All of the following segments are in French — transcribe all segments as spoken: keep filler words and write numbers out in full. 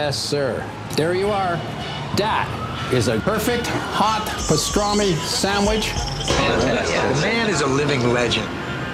Yes, sir. There you are. That is a perfect hot pastrami sandwich. Fantastic. The man is a living legend.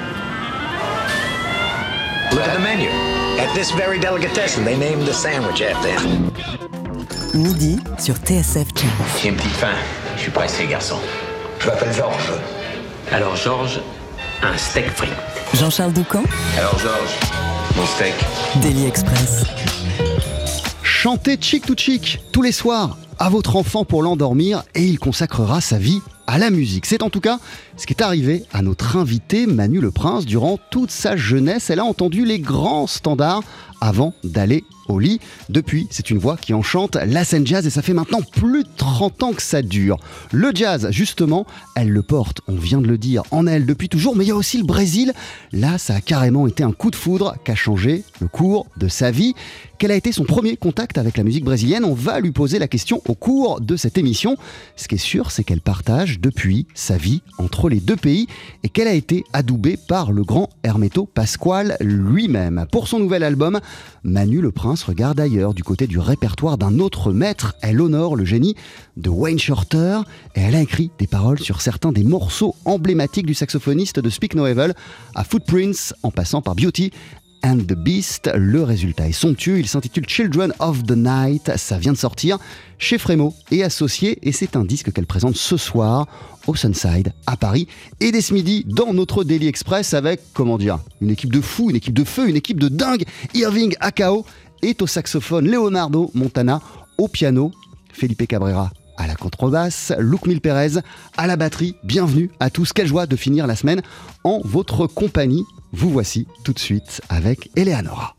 Look at the menu. At this very delicatessen, they named the sandwich after him. Midi sur T S F Jazz. J'ai une petite faim. Je suis pressé, garçon. Je m'appelle Georges. Alors, Georges, un steak frit. Jean-Charles Doucan. Alors, Georges, mon steak. Daily Express. Chantez Chick to Chick tous les soirs à votre enfant pour l'endormir et il consacrera sa vie à la musique. C'est en tout cas ce qui est arrivé à notre invitée Manu Le Prince durant toute sa jeunesse. Elle a entendu les grands standards avant d'aller au lit. Depuis, c'est une voix qui enchante la scène jazz et ça fait maintenant plus de trente ans que ça dure. Le jazz, justement, elle le porte, on vient de le dire, en elle depuis toujours, mais il y a aussi le Brésil. Là, ça a carrément été un coup de foudre qui a changé le cours de sa vie. Quel a été son premier contact avec la musique brésilienne ? On va lui poser la question au cours de cette émission. Ce qui est sûr, c'est qu'elle partage depuis sa vie entre les deux pays et qu'elle a été adoubée par le grand Hermeto Pascoal lui-même. Pour son nouvel album, Manu Le Prince regarde ailleurs, du côté du répertoire d'un autre maître. Elle honore le génie de Wayne Shorter et elle a écrit des paroles sur certains des morceaux emblématiques du saxophoniste de Speak No Evil, à Footprints en passant par Beauty and the Beast. Le résultat est somptueux, il s'intitule Children of the Night, ça vient de sortir chez Frémo et Associés et c'est un disque qu'elle présente ce soir au Sunside à Paris et dès ce midi dans notre Daily Express avec, comment dire, une équipe de fous, une équipe de feu, une équipe de dingue. Irving Akao est au saxophone, Leonardo Montana au piano, Felipe Cabrera à la contrebasse, Luc Mil-Pérez à la batterie. Bienvenue à tous, quelle joie de finir la semaine en votre compagnie. Vous voici tout de suite avec Eleanora.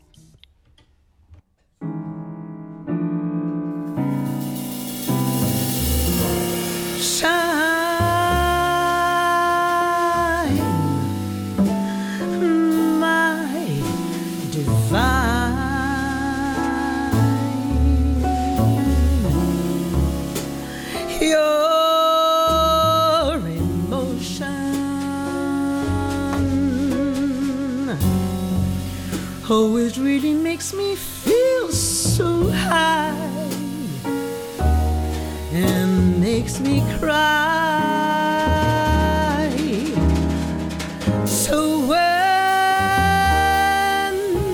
Shine, my divine, your emotion, oh, it really makes me feel so high and makes me cry. So when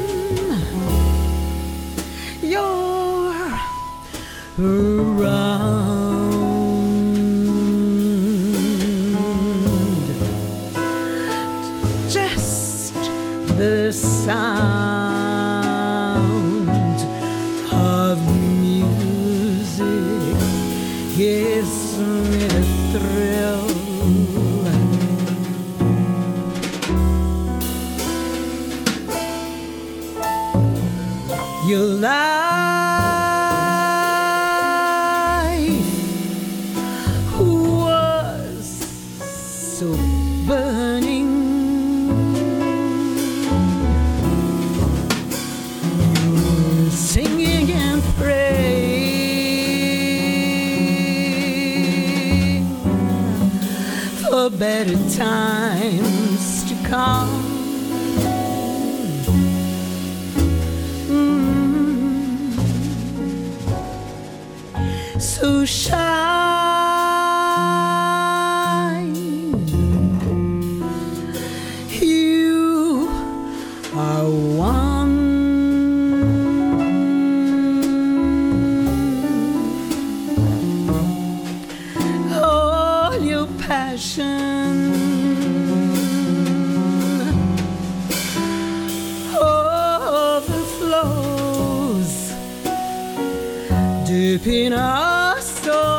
you're around, just the sound of music gives me a thrill. Your life was so burning. You were singing and praying for better times to come. So shine, you are one. All your passion overflows deep in our soul.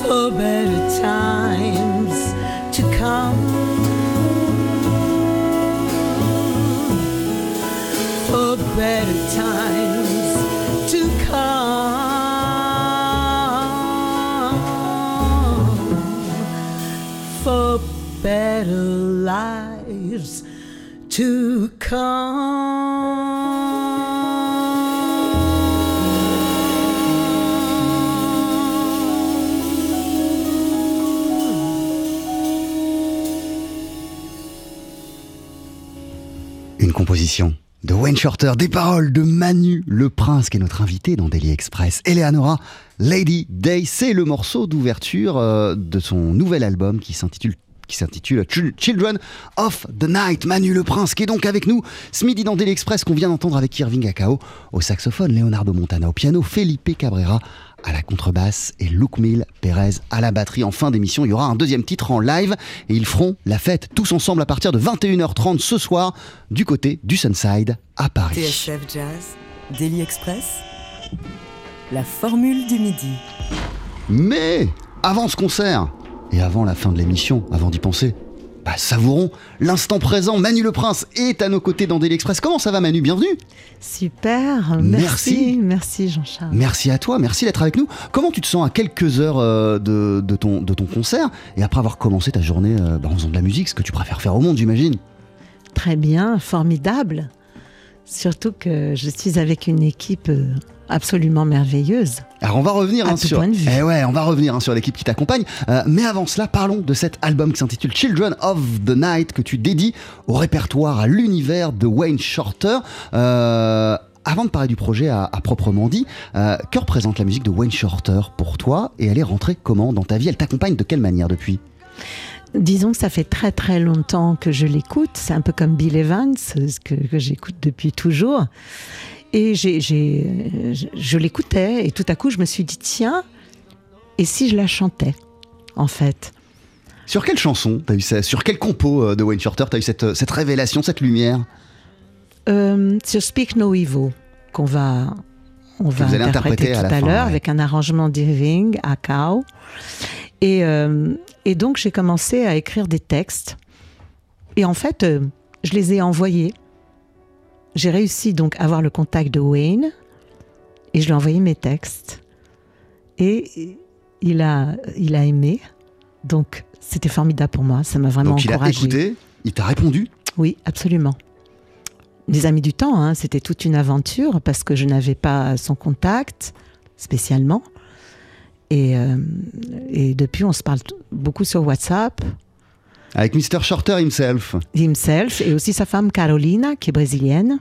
for better times to come, for better times to come, for better lives to come. Une composition de Wayne Shorter, des paroles de Manu Le Prince, qui est notre invité dans Daily Express. Eleanora, Lady Day, c'est le morceau d'ouverture euh, de son nouvel album qui s'intitule qui s'intitule Children of the Night. Manu Le Prince qui est donc avec nous ce midi dans Daily Express, qu'on vient d'entendre avec Irving Akao au saxophone, Leonardo Montana au piano, Felipe Cabrera à la contrebasse et Lucmil Pérez à la batterie. En fin d'émission, il y aura un deuxième titre en live et ils feront la fête tous ensemble à partir de vingt et une heures trente ce soir du côté du Sunside à Paris. T S F Jazz, Daily Express, la formule du midi. Mais avant ce concert et avant la fin de l'émission, avant d'y penser, bah, savourons l'instant présent. Manu Le Prince est à nos côtés dans Daily Express. Comment ça va, Manu? Bienvenue. Super, merci. Merci, merci Jean-Charles. Merci à toi, merci d'être avec nous. Comment tu te sens à quelques heures euh, de, de, ton, de ton concert et après avoir commencé ta journée euh, bah, en faisant de la musique, ce que tu préfères faire au monde, j'imagine? Très bien, formidable. Surtout que je suis avec une équipe euh, absolument merveilleuse. Alors on va revenir à hein, tout sur, point de vue. eh ouais, on va revenir hein, sur l'équipe qui t'accompagne. Euh, mais avant cela, parlons de cet album qui s'intitule Children of the Night que tu dédies au répertoire, à l'univers de Wayne Shorter. Euh, avant de parler du projet à, à proprement dit, euh, que représente la musique de Wayne Shorter pour toi et elle est rentrée comment dans ta vie? Elle t'accompagne de quelle manière depuis? Disons que ça fait très très longtemps que je l'écoute. C'est un peu comme Bill Evans, que, que j'écoute depuis toujours. Et j'ai, j'ai, je l'écoutais et tout à coup je me suis dit tiens, et si je la chantais en fait? Sur quelle chanson t'as eu ça? Sur quel compo de Wayne Shorter t'as eu cette, cette révélation, cette lumière? euh, Sur Speak No Evil, qu'on va, on va vous allez interpréter, interpréter tout à, à, la fin, l'heure ouais. avec un arrangement d'Irving Akao. Et, euh, et donc j'ai commencé à écrire des textes. Et en fait, euh, je les ai envoyés. J'ai réussi donc à avoir le contact de Wayne et je lui ai envoyé mes textes. Et il a, il a aimé. Donc c'était formidable pour moi. Ça m'a vraiment Donc encouragée. il a écouté, il t'a répondu? Oui, absolument. Les amis du temps, hein, c'était toute une aventure parce que je n'avais pas son contact spécialement. Et, euh, et depuis, on se parle t- beaucoup sur WhatsApp. Avec mister Shorter himself. Himself, et aussi sa femme Carolina, qui est brésilienne.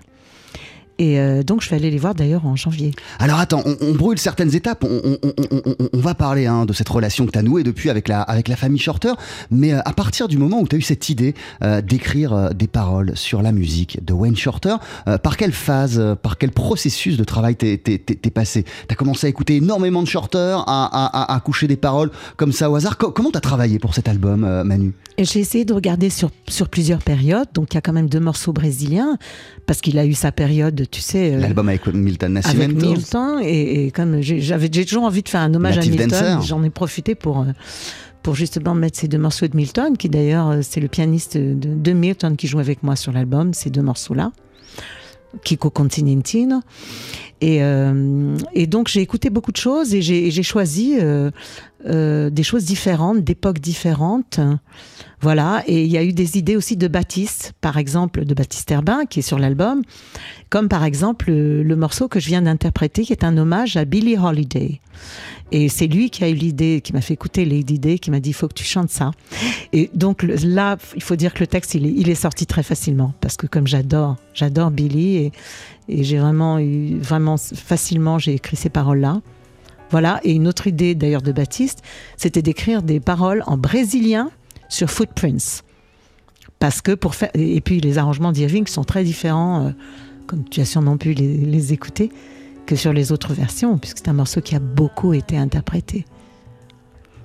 Et euh, donc, je vais aller les voir d'ailleurs en janvier. Alors attends, on, on brûle certaines étapes. On, on, on, on, on, on va parler hein, de cette relation que tu as nouée depuis avec la, avec la famille Shorter. Mais euh, à partir du moment où tu as eu cette idée euh, d'écrire euh, des paroles sur la musique de Wayne Shorter, euh, par quelle phase, euh, par quel processus de travail t'es, t'es, t'es, t'es passé? Tu as commencé à écouter énormément de Shorter, à, à, à, à coucher des paroles comme ça au hasard. Co- comment tu as travaillé pour cet album, euh, Manu? Et j'ai essayé de regarder sur, sur plusieurs périodes. Donc, il y a quand même deux morceaux brésiliens, parce qu'il a eu sa période, tu sais... Euh, L'album avec Milton Nascimento. Avec Milton, et, et comme j'ai, j'avais, j'ai toujours envie de faire un hommage Native à Milton, Dancer. j'en ai profité pour, euh, pour justement mettre ces deux morceaux de Milton, qui d'ailleurs, euh, c'est le pianiste de, de Milton qui joue avec moi sur l'album, ces deux morceaux-là, Kiko Continentino. Et, euh, et donc, j'ai écouté beaucoup de choses et j'ai, et j'ai choisi euh, euh, des choses différentes, d'époques différentes. Voilà, et il y a eu des idées aussi de Baptiste, par exemple, de Baptiste Herbin, qui est sur l'album, comme par exemple le, le morceau que je viens d'interpréter, qui est un hommage à Billie Holiday. Et c'est lui qui a eu l'idée, qui m'a fait écouter Lady Day, qui m'a dit « il faut que tu chantes ça ». Et donc le, là, il faut dire que le texte, il est, il est sorti très facilement, parce que comme j'adore, j'adore Billie, et, et j'ai vraiment eu, vraiment facilement, j'ai écrit ces paroles-là. Voilà, et une autre idée d'ailleurs de Baptiste, c'était d'écrire des paroles en brésilien, sur Footprints, parce que pour faire, et puis les arrangements d'Irving sont très différents, euh, comme tu as sûrement pu les, les écouter, que sur les autres versions, puisque c'est un morceau qui a beaucoup été interprété.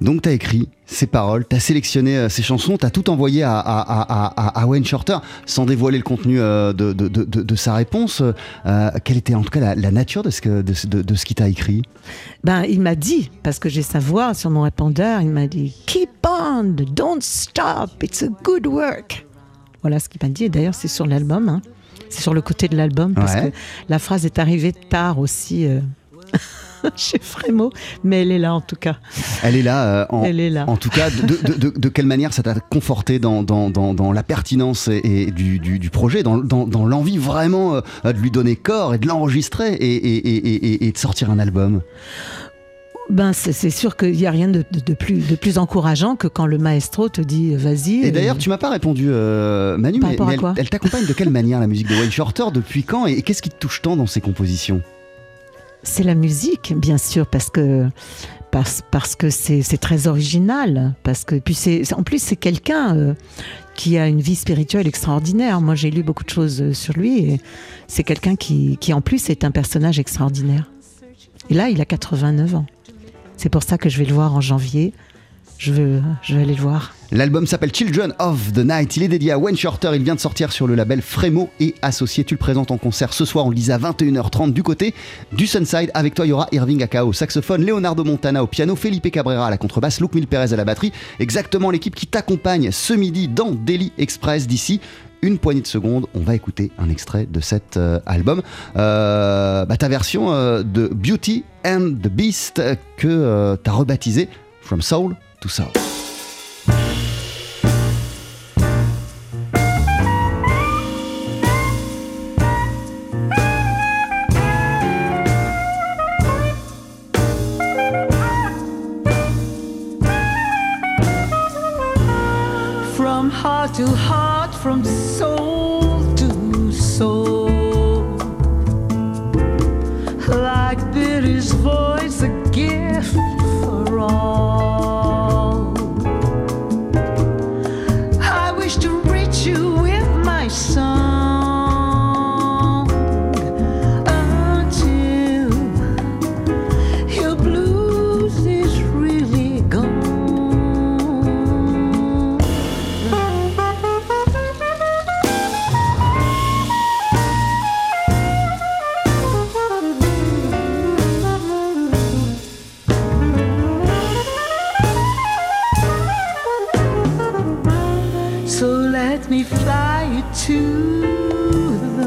Donc tu as écrit ces paroles, tu as sélectionné euh, ces chansons, tu as tout envoyé à, à, à, à, à Wayne Shorter sans dévoiler le contenu euh, de, de, de, de, de sa réponse. Euh, quelle était en tout cas la, la nature de ce, que, de, de, de ce qu'il t'a écrit? Ben, il m'a dit, parce que j'ai sa voix sur mon répondeur, il m'a dit « Keep on, don't stop, it's a good work ». Voilà ce qu'il m'a dit, et d'ailleurs c'est sur l'album, hein. C'est sur le côté de l'album, parce ouais. que la phrase est arrivée tard aussi... Euh... chez Frémo, mais elle est là en tout cas. Elle est là, euh, en, elle est là. En tout cas, de, de, de, de quelle manière ça t'a conforté dans, dans, dans, dans la pertinence et, et du, du, du projet, dans, dans, dans l'envie vraiment euh, de lui donner corps et de l'enregistrer et, et, et, et, et de sortir un album? Ben, c'est, c'est sûr qu'il n'y a rien de, de, de, plus, de plus encourageant que quand le maestro te dit vas-y. Et d'ailleurs, euh... tu m'as pas répondu, euh, Manu, Par mais, mais elle, elle t'accompagne de quelle manière la musique de Wayne Shorter? Depuis quand? Et, et qu'est-ce qui te touche tant dans ses compositions? C'est la musique, bien sûr, parce que parce, parce que c'est, c'est très original, parce que puis c'est en plus c'est quelqu'un euh, qui a une vie spirituelle extraordinaire. Moi, j'ai lu beaucoup de choses sur lui, et c'est quelqu'un qui qui en plus est un personnage extraordinaire. Et là, il a quatre-vingt-neuf ans. C'est pour ça que je vais le voir en janvier. Je veux, je vais aller le voir. L'album s'appelle Children of the Night. Il est dédié à Wayne Shorter. Il vient de sortir sur le label Frémo et Associés. Tu le présentes en concert ce soir, on le disait, à vingt et une heures trente du côté du Sunside. Avec toi, il y aura Irving Akao au saxophone, Leonardo Montana au piano, Felipe Cabrera à la contrebasse, Luc Mil-Pérez à la batterie. Exactement l'équipe qui t'accompagne ce midi dans Daily Express. D'ici une poignée de secondes, on va écouter un extrait de cet euh, album. Euh, bah, ta version euh, de Beauty and the Beast que euh, t'as rebaptisé From Soul to Soul. From heart to heart, from soul to soul, like Billy's voice, a gift for all. I wish to reach you with my song until your blues is really gone. So let me fly you to the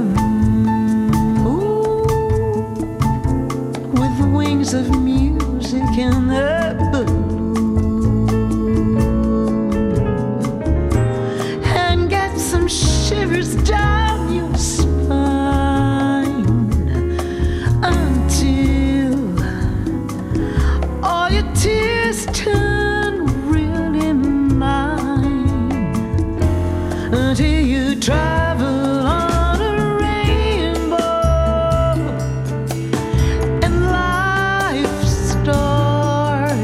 moon with wings of music and a balloon, and get some shivers down your spine until all your tears turn really mine, until you travel on a rainbow and life starts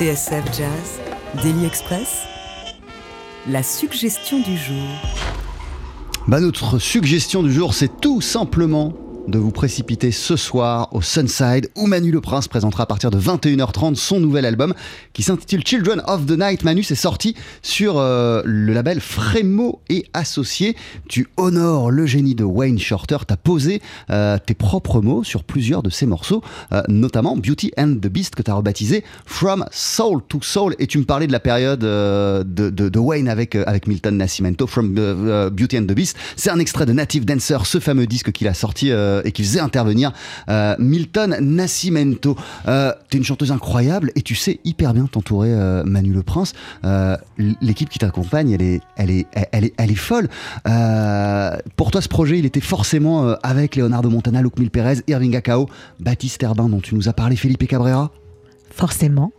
T S F Jazz, Daily Express, la suggestion du jour. Bah, notre suggestion du jour, c'est tout simplement de vous précipiter ce soir au Sunside où Manu Le Prince présentera à partir de vingt et une heures trente son nouvel album qui s'intitule Children of the Night. Manu, c'est sorti sur euh, le label Frémo et Associés. Tu honores le génie de Wayne Shorter, t'as posé euh, tes propres mots sur plusieurs de ses morceaux, euh, notamment Beauty and the Beast que t'as rebaptisé From Soul to Soul, et tu me parlais de la période euh, de, de, de Wayne avec, euh, avec Milton Nascimento. From uh, Beauty and the Beast, c'est un extrait de Native Dancer, ce fameux disque qu'il a sorti euh, et qui faisait intervenir euh, Milton Nascimento. Euh, t'es une chanteuse incroyable et tu sais hyper bien t'entourer, euh, Manu Le Prince. Euh, l'équipe qui t'accompagne, elle est, elle est, elle est, elle est folle. Euh, pour toi, ce projet, il était forcément euh, avec Leonardo Montana, Luc Mil Pérez, Irving Acao, Baptiste Herbin dont tu nous as parlé, Felipe Cabrera. Forcément.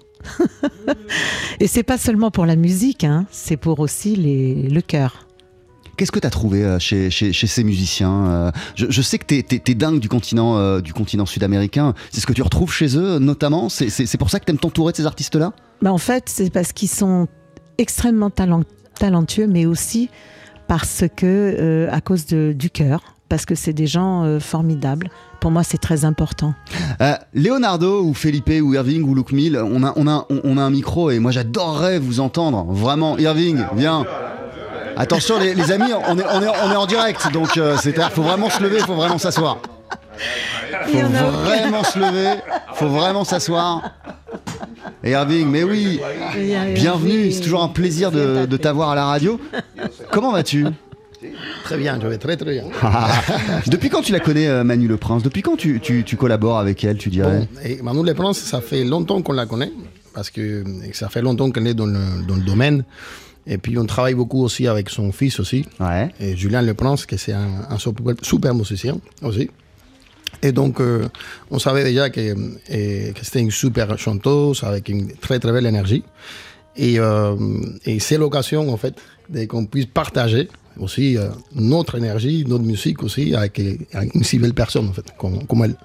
Et c'est pas seulement pour la musique, hein, c'est pour aussi les, le cœur. Qu'est-ce que tu as trouvé euh, chez, chez, chez ces musiciens euh, je, je sais que tu es dingue du continent, euh, du continent sud-américain. C'est ce que tu retrouves chez eux, notamment. C'est, c'est, c'est pour ça que tu aimes t'entourer de ces artistes-là ? Bah en fait, c'est parce qu'ils sont extrêmement talent, talentueux, mais aussi parce que, euh, à cause de, du cœur, parce que c'est des gens euh, formidables. Pour moi, c'est très important. Euh, Leonardo ou Felipe ou Irving ou Luc Mil, on a, on, a, on a un micro et moi j'adorerais vous entendre. Vraiment, Irving, viens. Attention les, les amis, on est, on, est, on est en direct, donc euh, c'est-à-dire qu'il faut vraiment se lever, il faut vraiment s'asseoir. Il faut vraiment se lever, il faut vraiment s'asseoir. Et Irving, mais oui, bienvenue, c'est toujours un plaisir de, de t'avoir à la radio. Comment vas-tu ? Très bien, je vais très très bien. Depuis quand tu la connais, euh, Manu Le Prince ? Depuis quand tu, tu, tu collabores avec elle, tu dirais ? Bon, et Manu Le Prince, ça fait longtemps qu'on la connaît, parce que ça fait longtemps qu'elle est dans le, dans le domaine. Et puis on travaille beaucoup aussi avec son fils aussi, ouais. Et Julien Le Prince, qui c'est un, un super, super musicien aussi. Et donc euh, on savait déjà que, et, que c'était une super chanteuse avec une très très belle énergie. Et, euh, et c'est l'occasion en fait de, qu'on puisse partager aussi euh, notre énergie, notre musique aussi avec, avec une si belle personne en fait, comme, comme elle.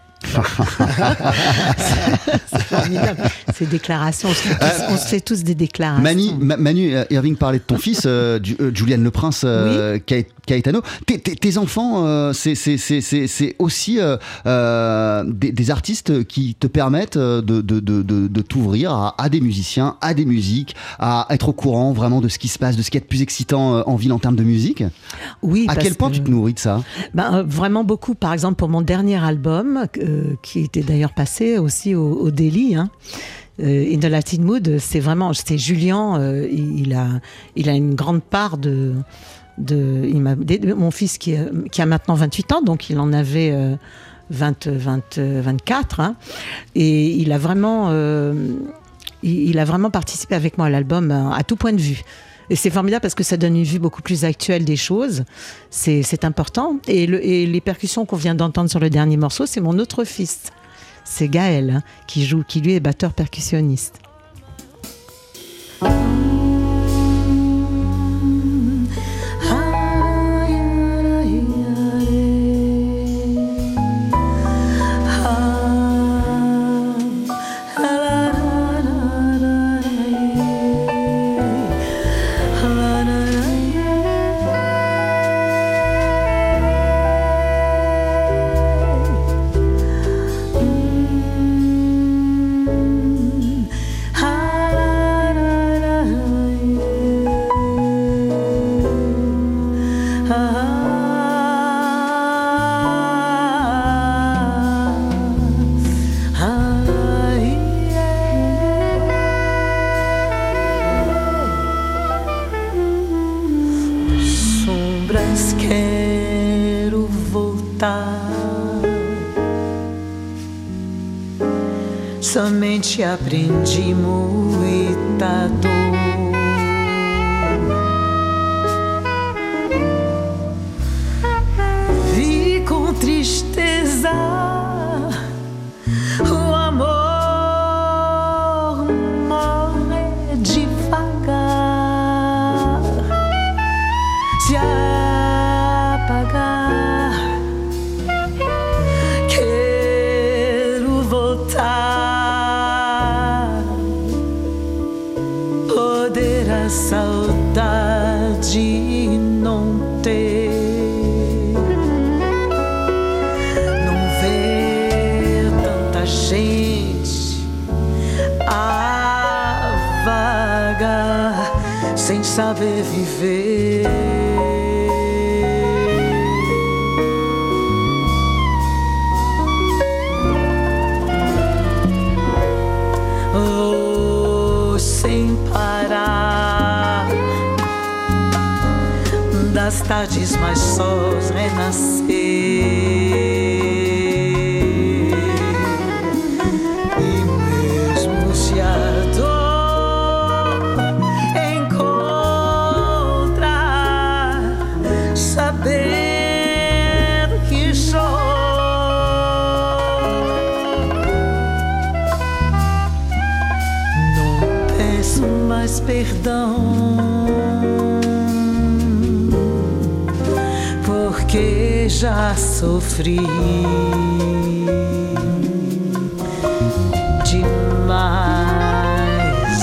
C'est formidable. Ces déclarations, on se, fait tous, on se fait tous des déclarations. Manu, Ma, Manu euh, Irving parlait de ton fils, euh, du, euh, Julian Le Prince euh, oui. Caetano. Tes, tes, tes enfants, euh, c'est, c'est, c'est, c'est, c'est aussi euh, euh, des, des artistes qui te permettent de, de, de, de, de t'ouvrir à, à des musiciens, à des musiques, à être au courant vraiment de ce qui se passe, de ce qui est le plus excitant en ville en termes de musique. Oui. À quel point que... tu te nourris de ça ? Ben, euh, vraiment beaucoup. Par exemple, pour mon dernier album, euh, qui était d'ailleurs passé aussi au, au Daily, hein, euh, In the Latin Mood, c'est vraiment, c'est Julien, euh, il, il, a, il a une grande part de... de il m'a, de, mon fils qui, qui a maintenant vingt-huit ans, donc il en avait euh, vingt, vingt, vingt-quatre, hein, et il a vraiment, euh, il, il a vraiment participé avec moi à l'album à, à tout point de vue. Et c'est formidable parce que ça donne une vue beaucoup plus actuelle des choses. C'est, c'est important. Et, le, et les percussions qu'on vient d'entendre sur le dernier morceau, c'est mon autre fils. C'est Gaël, hein, qui joue, qui lui est batteur percussionniste. Somente aprendi muita dor. Vi com tristeza o amor morre devagar, se apagar. Quero voltar saber viver. Vou sem parar, das tardes mais sós renascer. E mesmo se a dor encontrar, saber que sou. Não peço mais perdão, porque já sofri demais,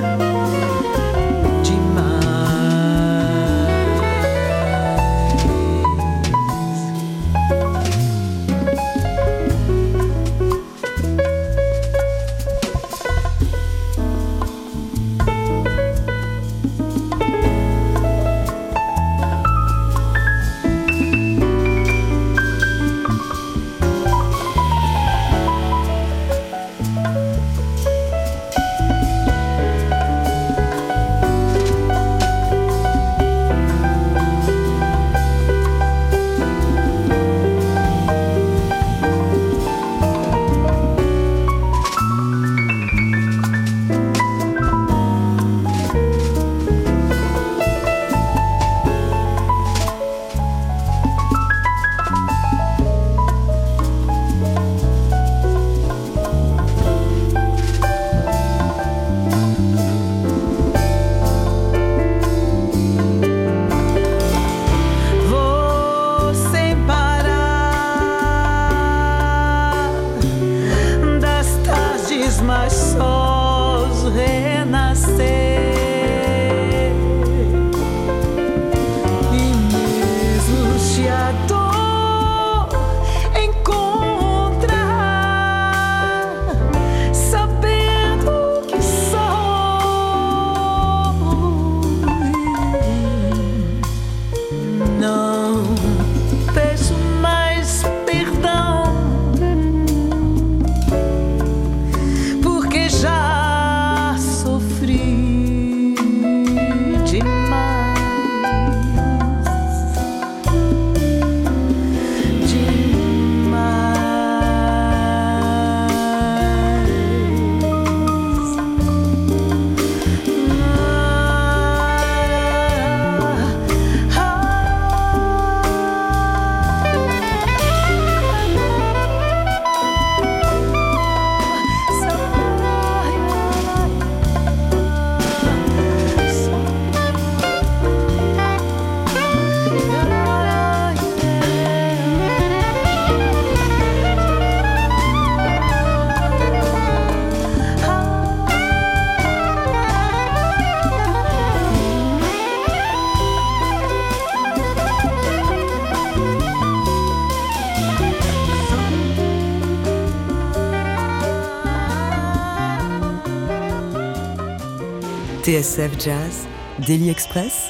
T S F Jazz, Daily Express,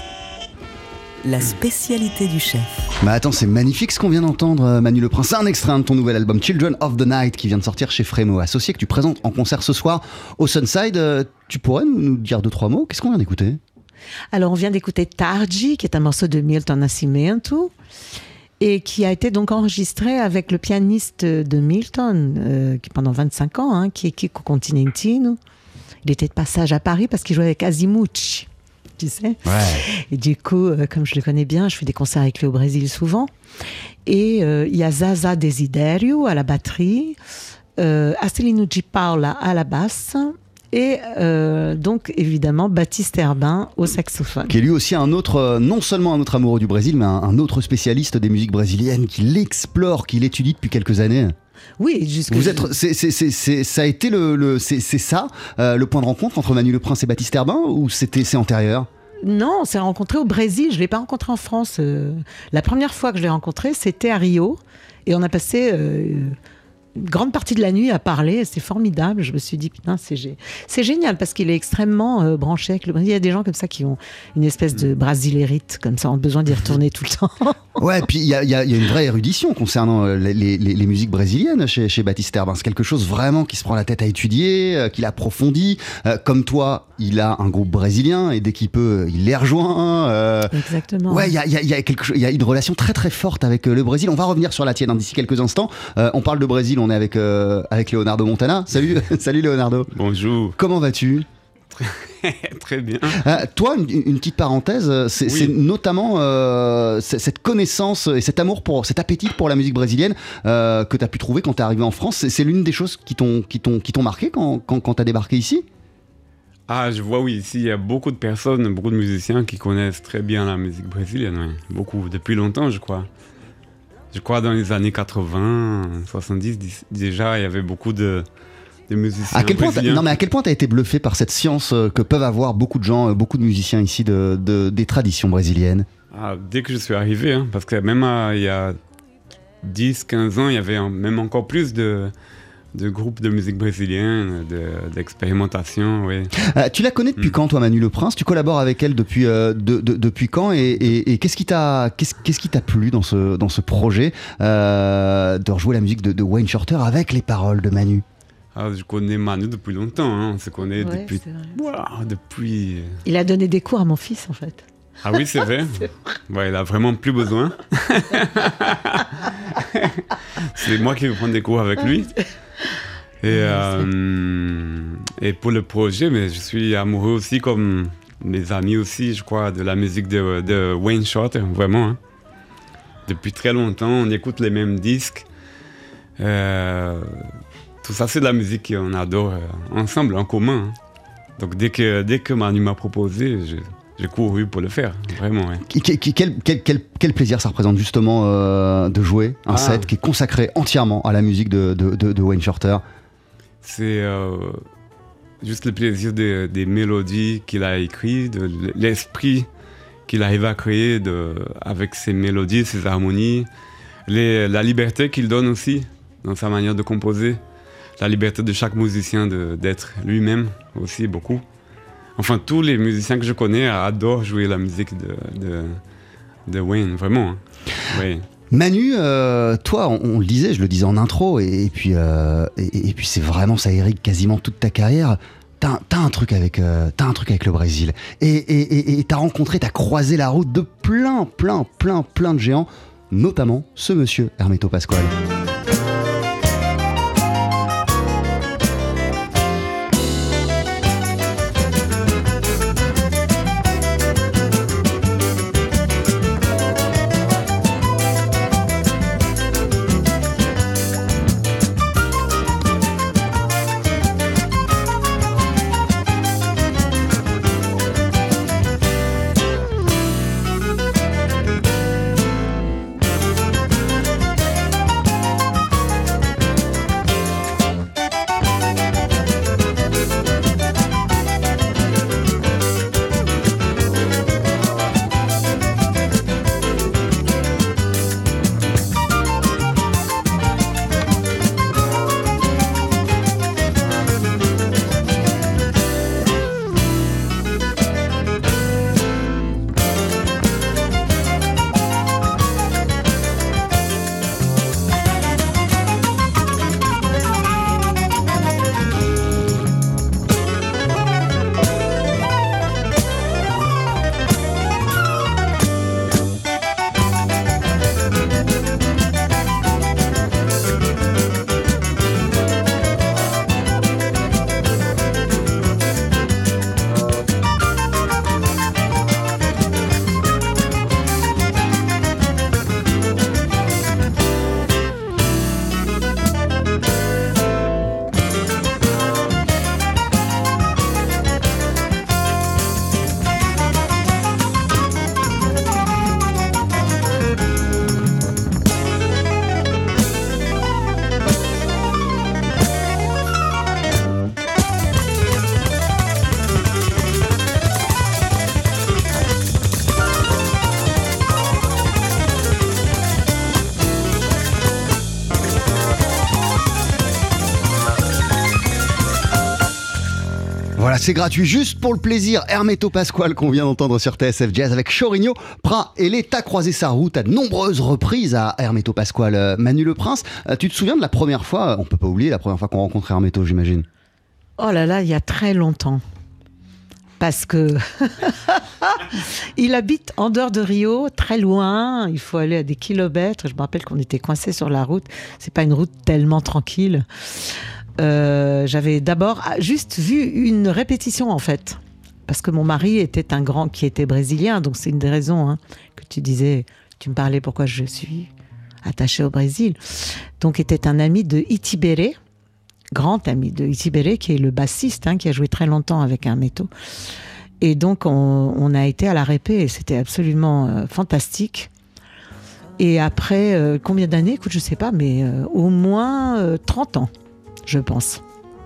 la spécialité du chef. Bah attends, c'est magnifique ce qu'on vient d'entendre, Manu Le Prince. C'est un extrait de ton nouvel album Children of the Night qui vient de sortir chez Frémo Associé, que tu présentes en concert ce soir au Sunside. Euh, tu pourrais nous, nous dire deux, trois mots? Qu'est-ce qu'on vient d'écouter? Alors, on vient d'écouter Tardi, qui est un morceau de Milton Nascimento, et qui a été donc enregistré avec le pianiste de Milton, euh, qui pendant vingt-cinq ans, hein, qui est Kiko Continentino. Il était de passage à Paris parce qu'il jouait avec Azimuth, tu sais. Ouais. Et du coup, euh, comme je le connais bien, je fais des concerts avec lui au Brésil souvent. Et euh, il y a Zaza Desiderio à la batterie, euh, Astelino Di Paola à la basse, et euh, donc évidemment Baptiste Herbin au saxophone. Qui est lui aussi un autre, euh, non seulement un autre amoureux du Brésil, mais un, un autre spécialiste des musiques brésiliennes, qui l'explore, qui l'étudie depuis quelques années. Oui, jusque. Vous êtes, c'est, c'est, c'est, c'est, ça a été le, le c'est, c'est ça, euh, le point de rencontre entre Manu Le Prince et Baptiste Herbin, ou c'était, c'est antérieur? Non, on s'est rencontrés au Brésil. Je ne l'ai pas rencontré en France. Euh, la première fois que je l'ai rencontré, c'était à Rio. Et on a passé euh, une grande partie de la nuit à parler. C'est formidable. Je me suis dit, putain, c'est, gé- c'est génial parce qu'il est extrêmement euh, branché avec le Brésil. Il y a des gens comme ça qui ont une espèce de brasilérite, comme ça, ont besoin d'y retourner tout le temps. Ouais, puis il y a, y a- y a une vraie érudition concernant euh, les, les- les musiques brésiliennes chez, chez Baptiste Herbin. C'est quelque chose vraiment qui se prend la tête à étudier, euh, qu'il approfondit. Euh, comme toi, il a un groupe brésilien et dès qu'il peut, il les rejoint. euh, Exactement. Ouais, il y a, y a- y a quelque chose- y a une relation très très forte avec euh, le Brésil. On va revenir sur la tienne hein, d'ici quelques instants. Euh, on parle de Brésil, on est avec, euh, avec Leonardo Montana. Salut, salut Leonardo. Bonjour. Comment vas-tu ? Très bien. Euh, toi, une, une petite parenthèse, c'est, Oui. c'est notamment euh, c- cette connaissance et cet amour pour, cet appétit pour la musique brésilienne euh, que tu as pu trouver quand tu es arrivé en France. C'est, c'est l'une des choses qui t'ont, qui t'ont, qui t'ont marqué quand, quand, quand tu as débarqué ici ? Ah, je vois, oui, ici, il y a beaucoup de personnes, beaucoup de musiciens qui connaissent très bien la musique brésilienne, oui. Beaucoup, depuis longtemps, je crois. Je crois dans les années quatre-vingts, soixante-dix, dix- déjà, il y avait beaucoup de, de musiciens À quel point t'as- brésiliens. non, mais à quel point tu as été bluffé par cette science euh, que peuvent avoir beaucoup de gens, euh, beaucoup de musiciens ici de, de- des traditions brésiliennes ? Ah, dès que je suis arrivé, hein, parce que même euh, il y a dix, quinze ans, il y avait un- même encore plus de, de groupes de musique brésilienne, de, d'expérimentation, oui. Euh, tu la connais depuis Mm. quand, toi, Manu Le Prince ? Tu collabores avec elle depuis, euh, de- de- depuis quand et, et- et qu'est-ce qui t'a, qu'est-ce, qu'est-ce qui t'a plu dans ce, dans ce projet euh, de rejouer la musique de, de Wayne Shorter avec les paroles de Manu ? Ah, je connais Manu depuis longtemps, hein, on se connaît Ouais, depuis... c'est vrai. Ouah, depuis... Il a donné des cours à mon fils, en fait. Ah oui, c'est vrai. Ouais, il a vraiment plus besoin. C'est moi qui vais prendre des cours avec lui. Et, euh, et pour le projet, mais je suis amoureux aussi, comme mes amis aussi, je crois, de la musique de, de Wayne Shorter, vraiment. Hein. Depuis très longtemps, on écoute les mêmes disques. Euh, tout ça, c'est de la musique qu'on adore euh, ensemble, en commun. Hein. Donc dès que, dès que Manu m'a proposé, je- j'ai couru pour le faire, vraiment. Ouais. Qui- qui- qui- Quel, quel- quel- quel plaisir ça représente justement euh, de jouer un Ah. set qui est consacré entièrement à la musique de, de- de- de Wayne Shorter. C'est euh, juste le plaisir des, des mélodies qu'il a écrites, de l'esprit qu'il arrive à créer de, avec ses mélodies, ses harmonies, les, la liberté qu'il donne aussi dans sa manière de composer, la liberté de chaque musicien de, d'être lui-même aussi beaucoup. Enfin, tous les musiciens que je connais adorent jouer la musique de, de, de Wayne, vraiment. Hein. Oui. Manu, euh, toi, on, on le disait, je le disais en intro, et, et puis, euh, et, et puis c'est vraiment, ça irrigue quasiment toute ta carrière. T'as, t'as un truc avec, euh, t'as un truc avec le Brésil. Et, et, et, et t'as rencontré, t'as croisé la route de plein, plein, plein, plein de géants, notamment ce monsieur, Hermeto Pascoal. Voilà, c'est gratuit, juste pour le plaisir. Hermeto Pasquale qu'on vient d'entendre sur T S F Jazz avec Chorigno, Prat et les T'as croisé sa route à de nombreuses reprises à Hermeto Pasquale. Euh, Manu Le Prince, euh, tu te souviens de la première fois, on peut pas oublier la première fois qu'on rencontrait Hermeto, j'imagine. Oh là là, il y a très longtemps. Parce que il habite en dehors de Rio, très loin. Il faut aller à des kilomètres. Je me rappelle qu'on était coincés sur la route. C'est pas une route tellement tranquille. Euh, j'avais d'abord juste vu une répétition en fait, parce que mon mari était un grand qui était brésilien, donc c'est une des raisons hein, que tu disais. Tu me parlais pourquoi je suis attachée au Brésil. Donc était un ami de Itibere. Grand ami de Itibere, qui est le bassiste, hein, qui a joué très longtemps avec Hermeto. Et donc, on, on a été à la répé, et c'était absolument euh, fantastique. Et après, euh, combien d'années ? Écoute, je ne sais pas, mais euh, au moins euh, trente ans, je pense.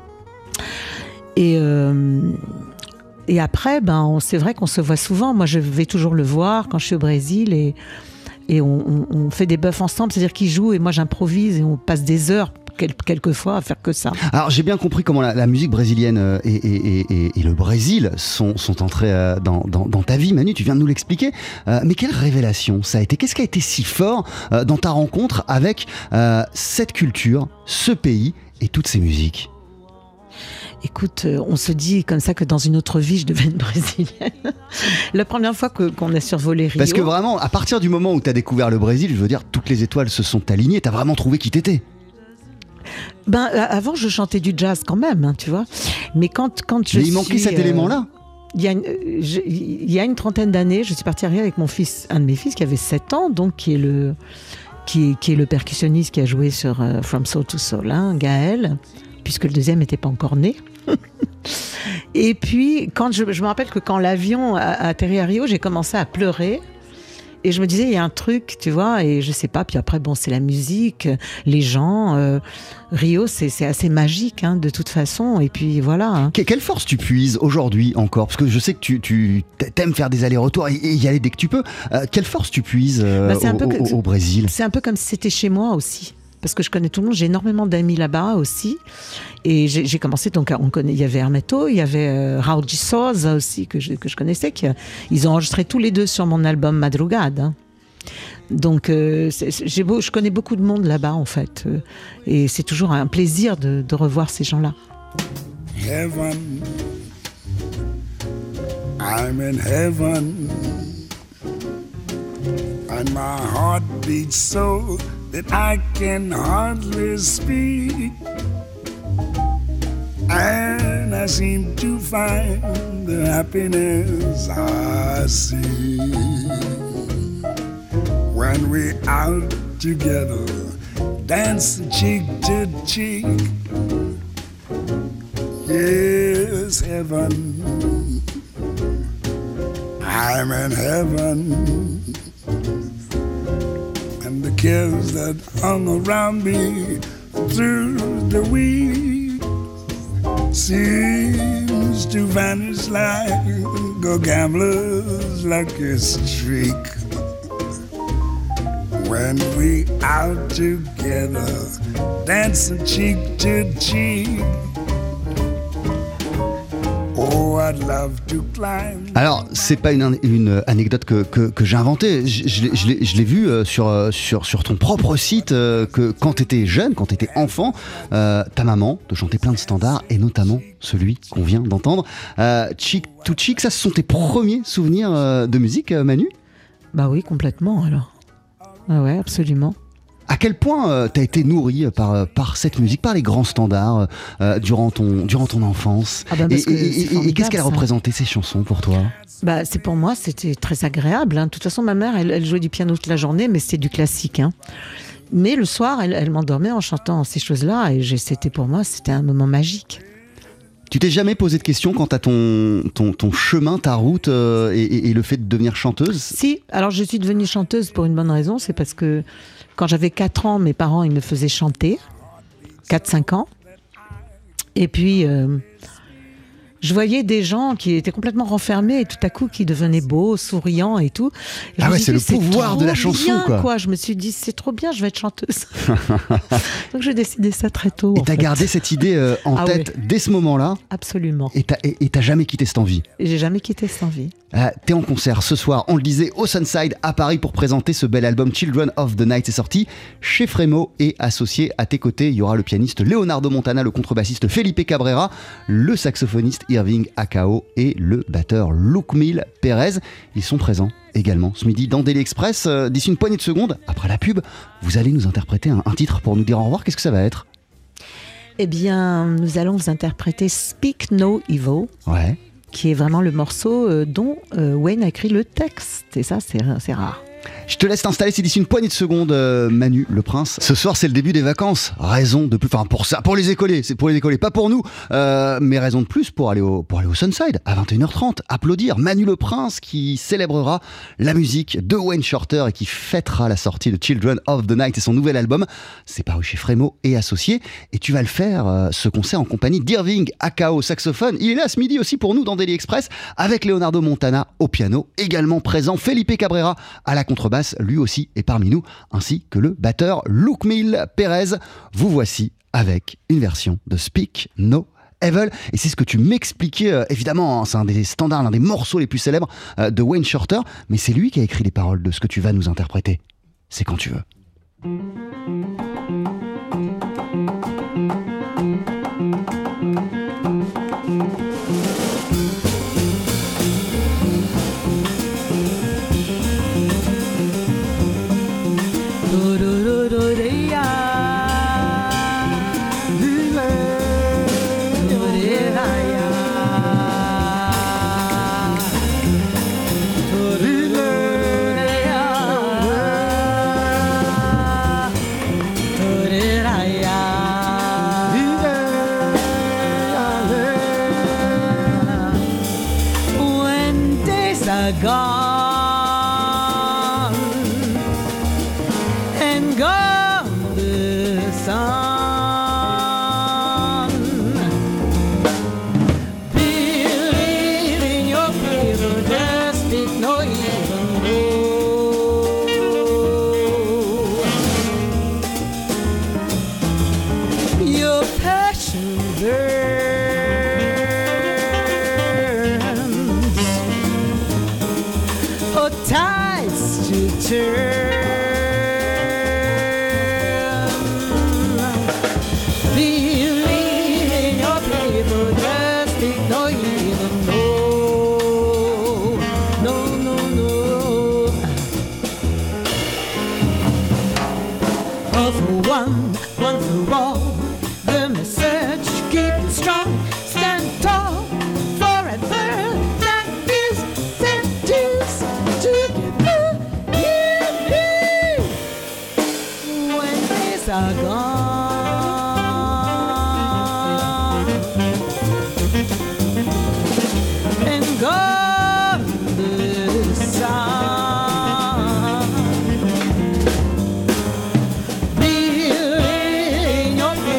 Et, euh, et après, ben, on, c'est vrai qu'on se voit souvent. Moi, je vais toujours le voir quand je suis au Brésil, et, et on, on, on fait des buffs ensemble, c'est-à-dire qu'il joue, et moi j'improvise, et on passe des heures quelquefois à faire que ça. Alors j'ai bien compris comment la, la musique brésilienne et, et, et, et le Brésil sont, sont entrés euh, dans, dans, dans ta vie, Manu, tu viens de nous l'expliquer. Euh, mais quelle révélation ça a été ? Qu'est-ce qui a été si fort euh, dans ta rencontre avec euh, cette culture, ce pays et toutes ces musiques ? Écoute, on se dit comme ça que dans une autre vie, je devais être brésilienne. La première fois que, qu'on a survolé Rio... Parce que vraiment, à partir du moment où tu as découvert le Brésil, je veux dire, toutes les étoiles se sont alignées, tu as vraiment trouvé qui t'étais. Ben, avant, je chantais du jazz quand même, hein, tu vois. Mais quand, quand je Mais il manquait suis, cet euh, élément-là. Il y, a une, je, il y a une trentaine d'années, je suis partie à Rio avec mon fils, un de mes fils qui avait sept ans, donc qui est le, qui, qui est le percussionniste qui a joué sur uh, From Soul to Soul, hein, Gaël, puisque le deuxième n'était pas encore né. Et puis, quand je, je me rappelle que quand l'avion a, a atterri à Rio, j'ai commencé à pleurer. Et je me disais, il y a un truc, tu vois, et je sais pas. Puis après, bon, c'est la musique, les gens. Euh, Rio, c'est, c'est assez magique, hein, de toute façon. Et puis voilà. Hein. Quelle force tu puises aujourd'hui encore ? Parce que je sais que tu, tu t'aimes faire des allers-retours et, et y aller dès que tu peux. Euh, quelle force tu puises euh, bah, au, au, au Brésil ? C'est un peu comme si c'était chez moi aussi. Parce que je connais tout le monde, j'ai énormément d'amis là-bas aussi. Et j'ai, j'ai commencé, donc on connaît, il y avait Hermeto, il y avait euh, Raul de Souza aussi, que je, que je connaissais. Qui, ils ont enregistré tous les deux sur mon album Madrugada. Hein. Donc euh, c'est, j'ai beau, je connais beaucoup de monde là-bas en fait. Euh, et c'est toujours un plaisir de, de revoir ces gens-là. Heaven, I'm in heaven, and my heart beats so that I can hardly speak, and I seem to find the happiness I see when we're out together, dancing cheek to cheek. Yes, heaven, I'm in heaven. And the cares that hung around me through the week seems to vanish like a gambler's lucky streak. When we out together, dancing cheek to cheek. Alors, c'est pas une, une anecdote que, que, que j'ai inventée. Je, je, je, l'ai, je l'ai vu sur, sur, sur ton propre site que quand tu étais jeune, quand tu étais enfant, euh, ta maman te chantait plein de standards et notamment celui qu'on vient d'entendre. Euh, Chick to Chick, ça, ce sont tes premiers souvenirs de musique, Manu ? Bah oui, complètement alors. Ah ouais, absolument. À quel point euh, tu as été nourri par, par cette musique, par les grands standards euh, durant, ton, durant ton enfance ah ben et, et, et, et qu'est-ce qu'elle a représenté ces chansons pour toi ? Bah, c'est pour moi, c'était très agréable. Hein. De toute façon, ma mère, elle, elle jouait du piano toute la journée, mais c'était du classique. Hein. Mais le soir, elle, elle m'endormait en chantant ces choses-là. Et j'ai, c'était pour moi, c'était un moment magique. Tu t'es jamais posé de questions quant à ton, ton, ton chemin, ta route euh, et, et, et le fait de devenir chanteuse ? Si, alors je suis devenue chanteuse pour une bonne raison, c'est parce que quand j'avais quatre ans, mes parents ils me faisaient chanter, quatre cinq ans. Et puis, euh, Je voyais des gens qui étaient complètement renfermés et tout à coup qui devenaient beaux, souriants et tout. Et ah ouais, dit, c'est le pouvoir de la chanson, bien, quoi. quoi. Je me suis dit, c'est trop bien, je vais être chanteuse. Donc j'ai décidé ça très tôt. Et t'as fait. gardé cette idée euh, en ah tête ouais. dès ce moment-là. Absolument. Et t'as, et, et t'as jamais quitté cette envie. Et j'ai jamais quitté cette envie. Euh, t'es en concert ce soir, on le disait, au Sunside à Paris pour présenter ce bel album Children of the Night. C'est sorti chez Frémo et associé à tes côtés, il y aura le pianiste Leonardo Montana, le contrebassiste Felipe Cabrera, le saxophoniste Irving Akao et le batteur Lukmil Perez. Ils sont présents également ce midi dans Daily Express. Euh, d'ici une poignée de secondes, après la pub, vous allez nous interpréter un, un titre pour nous dire au revoir. Qu'est-ce que ça va être ? Eh bien, nous allons vous interpréter Speak No Evil. Ouais. Qui est vraiment le morceau euh, dont euh, Wayne a écrit le texte. Et ça, c'est, c'est rare. Je te laisse t'installer, c'est d'ici une poignée de secondes, euh, Manu, le prince. Ce soir, c'est le début des vacances. Raison de plus, enfin pour ça, pour les écoliers, c'est pour les écoliers, pas pour nous. Euh, mais raison de plus pour aller au, pour aller au Sunside à vingt et une heures trente. Applaudir Manu le prince qui célébrera la musique de Wayne Shorter et qui fêtera la sortie de Children of the Night et son nouvel album. C'est paru chez Frémo et associé. Et tu vas le faire, euh, ce concert en compagnie d'Irving Akao, saxophone. Il est là ce midi aussi pour nous dans Daily Express avec Leonardo Montana au piano. Également présent Felipe Cabrera à la contrebasse, lui aussi est parmi nous, ainsi que le batteur Lukmil Perez. Vous voici avec une version de Speak No Evil, et c'est ce que tu m'expliquais, euh, évidemment, hein, c'est un des standards, l'un des morceaux les plus célèbres euh, de Wayne Shorter, mais c'est lui qui a écrit les paroles de ce que tu vas nous interpréter. C'est quand tu veux. Gone and gone the sun. Believe in your people, just speak no even though your passion burns. Tides to turn. Believe in your people, just speak no even no, no, no, no. All for one, one for all. The message, keep it strong, stand tall forever. That is seduce. Are gone and gone the sun. Believe in your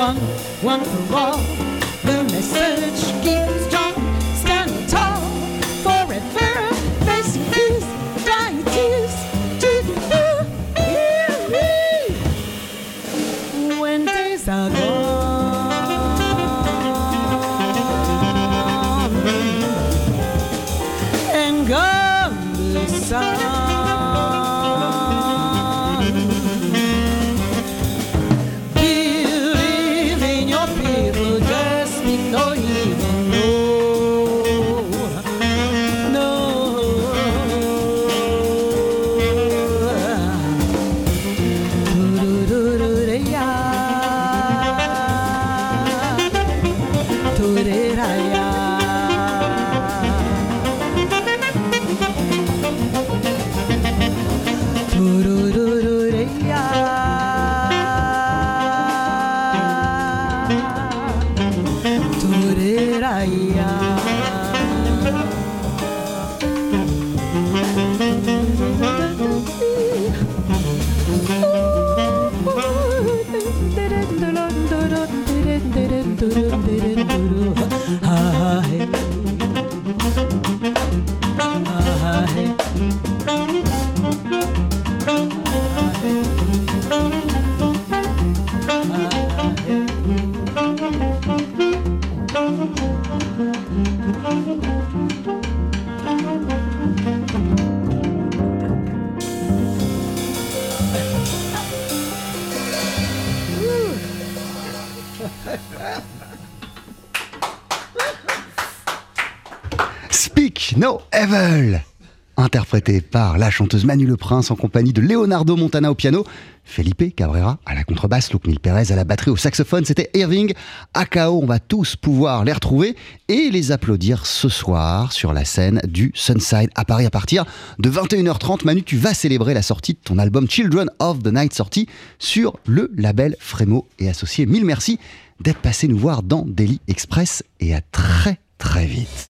one, one for all. The message keeps strong, stand tall, forever, facing fears, drying tears to the full. When days are gone and gone the sun. Speak No Evil, interprété par la chanteuse Manu Le Prince en compagnie de Leonardo Montana au piano, Felipe Cabrera à la contrebasse, Luc Mil Pérez à la batterie, au saxophone. C'était Irving, A K O. On va tous pouvoir les retrouver et les applaudir ce soir sur la scène du Sunside à Paris à partir de vingt et une heures trente. Manu, tu vas célébrer la sortie de ton album Children of the Night, sorti sur le label Frémo et Associés. Mille merci d'être passé nous voir dans Daily Express et à très très vite.